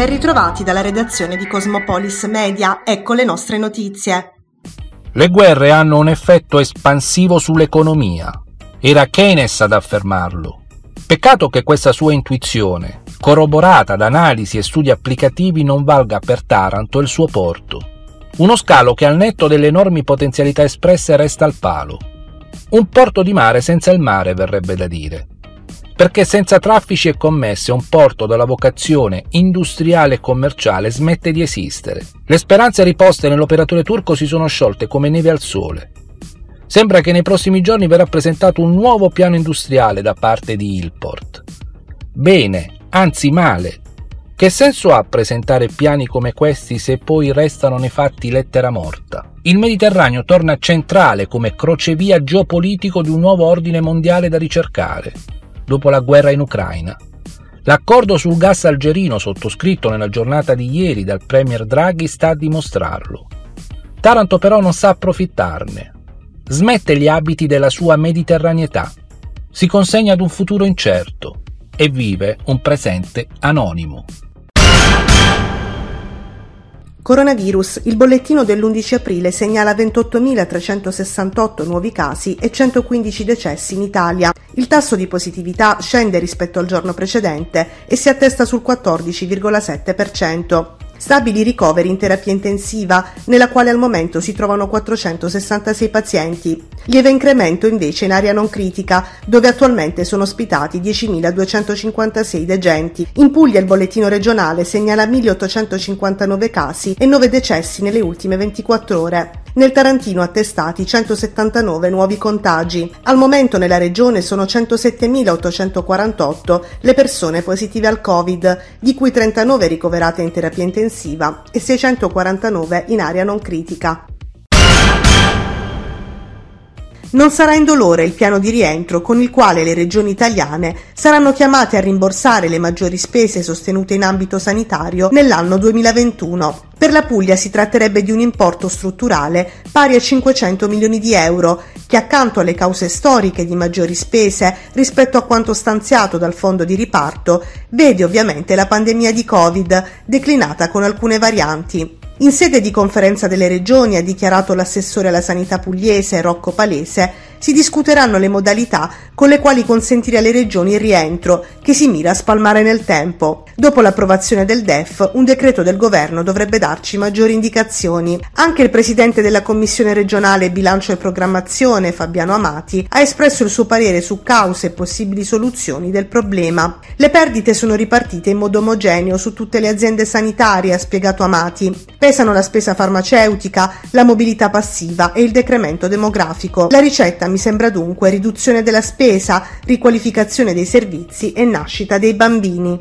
Ben ritrovati dalla redazione di Cosmopolis Media, ecco le nostre notizie. Le guerre hanno un effetto espansivo sull'economia. Era Keynes ad affermarlo. Peccato che questa sua intuizione, corroborata da analisi e studi applicativi, non valga per Taranto e il suo porto. Uno scalo che al netto delle enormi potenzialità espresse resta al palo. Un porto di mare senza il mare, verrebbe da dire. Perché senza traffici e commesse un porto dalla vocazione industriale e commerciale smette di esistere. Le speranze riposte nell'operatore turco si sono sciolte come neve al sole. Sembra che nei prossimi giorni verrà presentato un nuovo piano industriale da parte di Ilport. Bene, anzi male. Che senso ha presentare piani come questi se poi restano nei fatti lettera morta? Il Mediterraneo torna centrale come crocevia geopolitico di un nuovo ordine mondiale da ricercare, dopo la guerra in Ucraina. L'accordo sul gas algerino sottoscritto nella giornata di ieri dal premier Draghi sta a dimostrarlo. Taranto però non sa approfittarne. Smette gli abiti della sua mediterraneità, si consegna ad un futuro incerto e vive un presente anonimo. Coronavirus. Il bollettino dell'11 aprile segnala 28.368 nuovi casi e 115 decessi in Italia. Il tasso di positività scende rispetto al giorno precedente e si attesta sul 14,7%. Stabili ricoveri in terapia intensiva, nella quale al momento si trovano 466 pazienti. Lieve incremento invece in area non critica, dove attualmente sono ospitati 10.256 degenti. In Puglia il bollettino regionale segnala 1.859 casi e 9 decessi nelle ultime 24 ore. Nel Tarantino attestati 179 nuovi contagi. Al momento nella regione sono 107.848 le persone positive al Covid, di cui 39 ricoverate in terapia intensiva e 649 in area non critica. Non sarà indolore il piano di rientro con il quale le regioni italiane saranno chiamate a rimborsare le maggiori spese sostenute in ambito sanitario nell'anno 2021. Per la Puglia si tratterebbe di un importo strutturale pari a 500 milioni di euro, che accanto alle cause storiche di maggiori spese rispetto a quanto stanziato dal fondo di riparto, vede ovviamente la pandemia di Covid, declinata con alcune varianti. In sede di conferenza delle regioni, ha dichiarato l'assessore alla sanità pugliese Rocco Palese, si discuteranno le modalità con le quali consentire alle regioni il rientro, che si mira a spalmare nel tempo. Dopo l'approvazione del DEF, un decreto del governo dovrebbe darci maggiori indicazioni. Anche il presidente della Commissione regionale Bilancio e Programmazione, Fabiano Amati, ha espresso il suo parere su cause e possibili soluzioni del problema. Le perdite sono ripartite in modo omogeneo su tutte le aziende sanitarie, ha spiegato Amati. Pesano la spesa farmaceutica, la mobilità passiva e il decremento demografico. La ricetta mi sembra dunque riduzione della spesa, riqualificazione dei servizi e nascita dei bambini.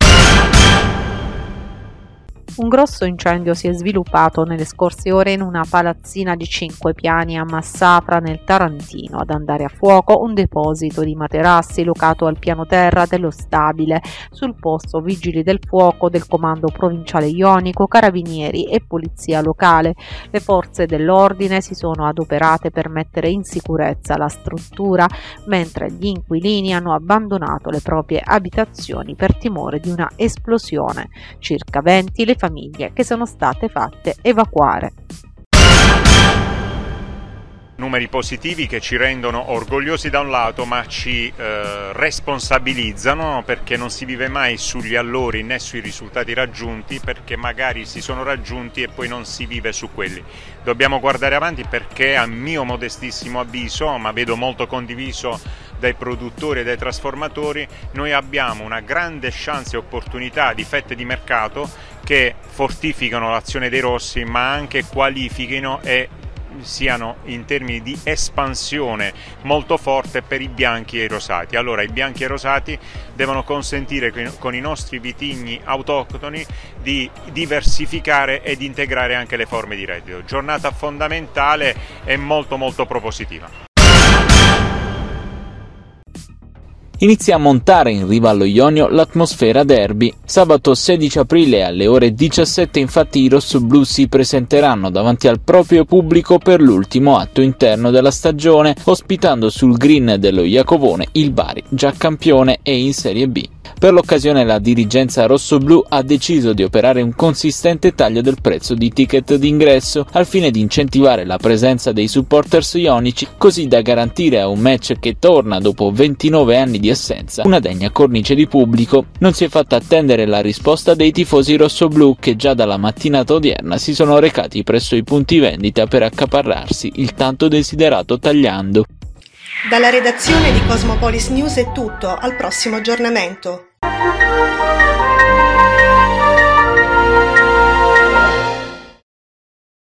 Un grosso incendio si è sviluppato nelle scorse ore in una palazzina di 5 piani a Massafra nel Tarantino. Ad andare a fuoco un deposito di materassi locato al piano terra dello stabile. Sul posto vigili del fuoco del comando provinciale ionico, carabinieri e polizia locale. Le forze dell'ordine si sono adoperate per mettere in sicurezza la struttura, mentre gli inquilini hanno abbandonato le proprie abitazioni per timore di una esplosione. Circa 20 le famiglie che sono state fatte evacuare. Numeri positivi che ci rendono orgogliosi da un lato, ma ci responsabilizzano, perché non si vive mai sugli allori né sui risultati raggiunti, perché magari si sono raggiunti e poi non si vive su quelli. Dobbiamo guardare avanti perché, a mio modestissimo avviso, ma vedo molto condiviso dai produttori e dai trasformatori, noi abbiamo una grande chance e opportunità di fette di mercato che fortificano l'azione dei rossi, ma anche qualifichino e siano in termini di espansione molto forte per i bianchi e i rosati. Allora i bianchi e i rosati devono consentire con i nostri vitigni autoctoni di diversificare ed integrare anche le forme di reddito. Giornata fondamentale e molto propositiva. Inizia a montare in riva allo Ionio l'atmosfera derby. Sabato 16 aprile alle ore 17 infatti i rossoblù si presenteranno davanti al proprio pubblico per l'ultimo atto interno della stagione, ospitando sul green dello Iacovone il Bari, già campione e in Serie B. Per l'occasione la dirigenza rossoblù ha deciso di operare un consistente taglio del prezzo di ticket d'ingresso al fine di incentivare la presenza dei supporters ionici, così da garantire a un match che torna dopo 29 anni di assenza una degna cornice di pubblico. Non si è fatta attendere la risposta dei tifosi rossoblù, che già dalla mattinata odierna si sono recati presso i punti vendita per accaparrarsi il tanto desiderato tagliando. Dalla redazione di Cosmopolis News è tutto, al prossimo aggiornamento.